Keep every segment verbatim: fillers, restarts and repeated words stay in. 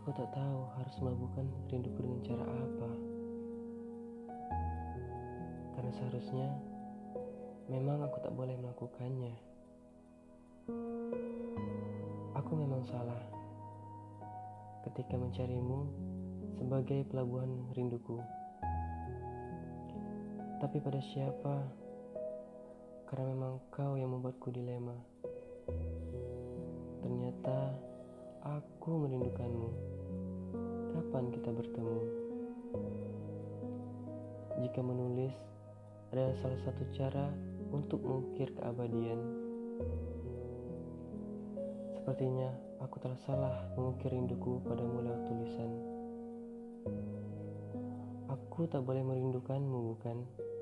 Aku tak tahu harus melabuhkan rinduku dengan cara apa. Karena seharusnya memang aku tak boleh melakukannya. Aku memang salah ketika mencarimu sebagai pelabuhan rinduku. Tapi pada siapa? Karena memang kau yang membuatku dilema. Ternyata aku merindukanmu. Kapan kita bertemu? Jika menulis adalah salah satu cara untuk mengukir keabadian, sepertinya aku telah salah mengukir rinduku padamu lewat tulisan. Aku tak boleh merindukanmu, bukan?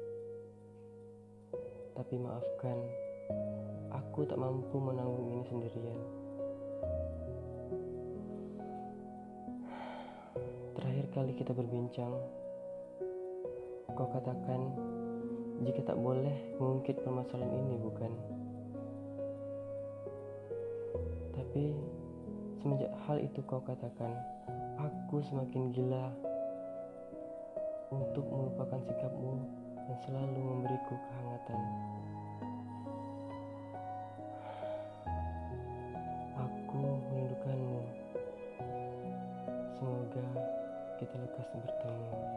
Tapi maafkan, aku tak mampu menanggung ini sendirian. Terakhir kali kita berbincang, kau katakan jika tak boleh mengungkit permasalahan ini, bukan? Tapi semenjak hal itu kau katakan, aku semakin gila untuk melupakan sikapmu yang selalu memberiku kehangatan. Aku merindukanmu. Semoga kita lekas bertemu.